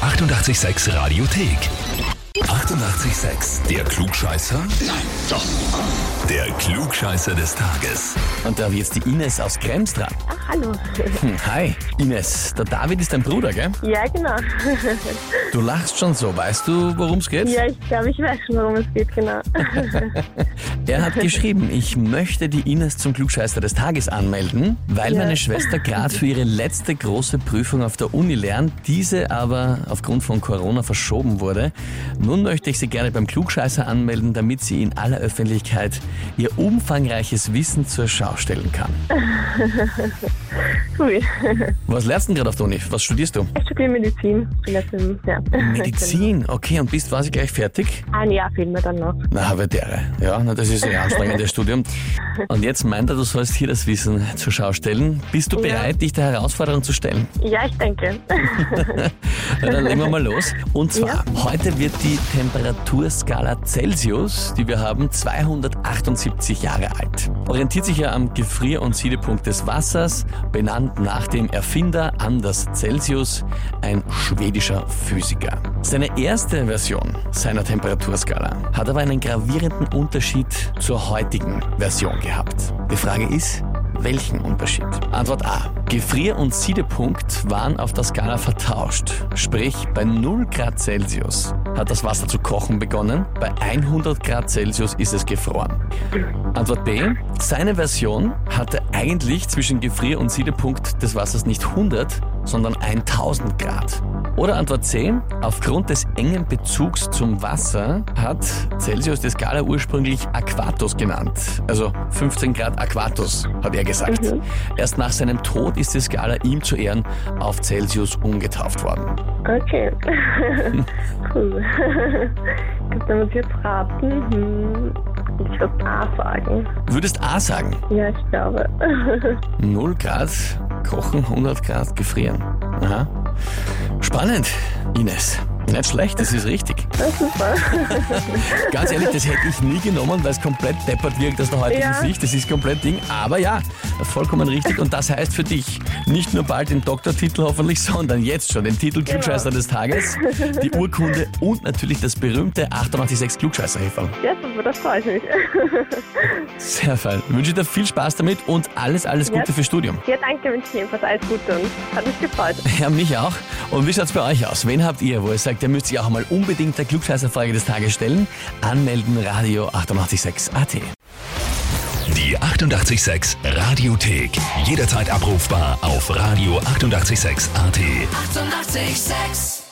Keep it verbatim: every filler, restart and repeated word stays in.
achtundachtzig Komma sechs Radiothek. achtundachtzig Komma sechs. Der Klugscheißer? Nein, doch. Der Klugscheißer des Tages. Und da habe ich jetzt die Ines aus Krems dran. Ach, hallo. Hm, hi, Ines. Der David ist dein Bruder, gell? Ja, genau. Du lachst schon so. Weißt du, worum es geht? Ja, ich glaube, ich weiß schon, worum es geht, genau. Er hat geschrieben, ich möchte die Ines zum Klugscheißer des Tages anmelden, weil Ja. meine Schwester gerade für ihre letzte große Prüfung auf der Uni lernt, diese aber aufgrund von Corona verschoben wurde. Nun möchte ich sie gerne beim Klugscheißer anmelden, damit sie in aller Öffentlichkeit ihr umfangreiches Wissen zur Schau stellen kann. Cool. Was lernst du denn gerade auf der Uni? Was studierst du? Ich studiere Medizin. Vielleicht, ja. Medizin, okay, und bist quasi gleich fertig? Ein Jahr fehlt mir dann noch. Na, habe dere. Ja, na, das ist ein anstrengendes Studium. Und jetzt meint er, du sollst hier das Wissen zur Schau stellen. Bist du Ja. bereit, dich der Herausforderung zu stellen? Ja, ich denke. Na, dann legen wir mal los. Und zwar, Ja. heute wird die Temperaturskala Celsius, die wir haben, zweihundertachtundsiebzig Jahre alt. Orientiert sich ja am Gefrier- und Siedepunkt des Wassers, benannt nach dem Erfinder Anders Celsius, ein schwedischer Physiker. Seine erste Version seiner Temperaturskala hat aber einen gravierenden Unterschied zur heutigen Version gehabt. Die Frage ist, welchen Unterschied? Antwort A. Gefrier- und Siedepunkt waren auf der Skala vertauscht. Sprich, bei null Grad Celsius hat das Wasser zu kochen begonnen, bei hundert Grad Celsius ist es gefroren. Antwort B. Seine Version hatte eigentlich zwischen Gefrier- und Siedepunkt des Wassers nicht hundert, sondern tausend Grad. Oder Antwort C. Aufgrund des engen Bezugs zum Wasser hat Celsius die Skala ursprünglich Aquatus genannt. Also fünfzehn Grad Aquatus, hat er gesagt. Mhm. Erst nach seinem Tod ist die Skala ihm zu Ehren auf Celsius umgetauft worden. Okay. Cool. Ich glaube, da muss ich jetzt raten. Hm. Ich würde A sagen. Würdest A sagen? Ja, ich glaube. null Grad kochen, hundert Grad gefrieren. Aha. Spannend, Ines. Nicht schlecht, das ist richtig. Das ist super. Ganz ehrlich, das hätte ich nie genommen, weil es komplett deppert wirkt aus der heutigen Ja. Sicht. Das ist komplett Ding. Aber ja, vollkommen richtig. Und das heißt für dich nicht nur bald den Doktortitel hoffentlich, sondern jetzt schon den Titel Klugscheißer des Tages, die Urkunde und natürlich das berühmte achtundachtzig Komma sechs Klugscheißer-Häferl. Ja, super, das freut mich. Sehr fein. Ich wünsche dir viel Spaß damit und alles, alles Gute Ja. fürs Studium. Ja, danke, wünsche ich jedenfalls alles Gute und hat mich gefreut. Ja, mich auch. Und wie schaut's bei euch aus? Wen habt ihr, wo ihr sagt, ihr müsst sich auch einmal unbedingt der Klugscheißer-Frage des Tages stellen? Anmelden, Radio achtundachtzig Komma sechs A T. Die achtundachtzig Komma sechs Radiothek. Jederzeit abrufbar auf Radio achtundachtzig Komma sechs A T. achtundachtzig Komma sechs